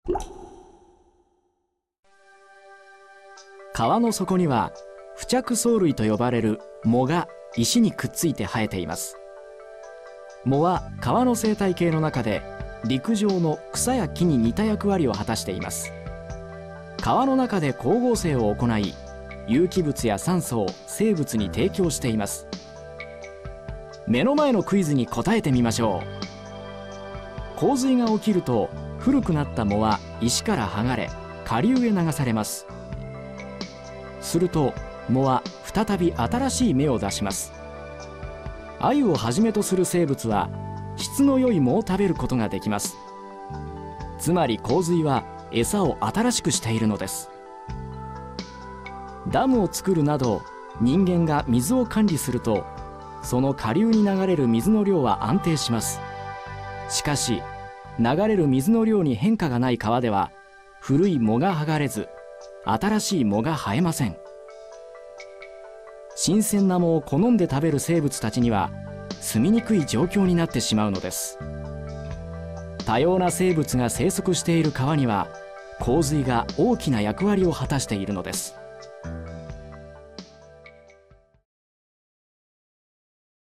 川の底には付着藻類と呼ばれる藻が石にくっついて生えています。藻は川の生態系の中で陸上の草や木に似た役割を果たしています。川の中で光合成を行い、有機物や酸素を生物に提供しています。目の前のクイズに答えてみましょう。洪水が起きると古くなった藻は石から剥がれ下流へ流されます。すると藻は再び新しい芽を出します。鮎をはじめとする生物は質の良い藻を食べることができます。つまり洪水は餌を新しくしているのです。ダムを作るなど人間が水を管理すると、その下流に流れる水の量は安定します。しかし流れる水の量に変化がない川では古い藻が剥がれず新しい藻が生えません。新鮮な藻を好んで食べる生物たちには住みにくい状況になってしまうのです。多様な生物が生息している川には洪水が大きな役割を果たしているのです。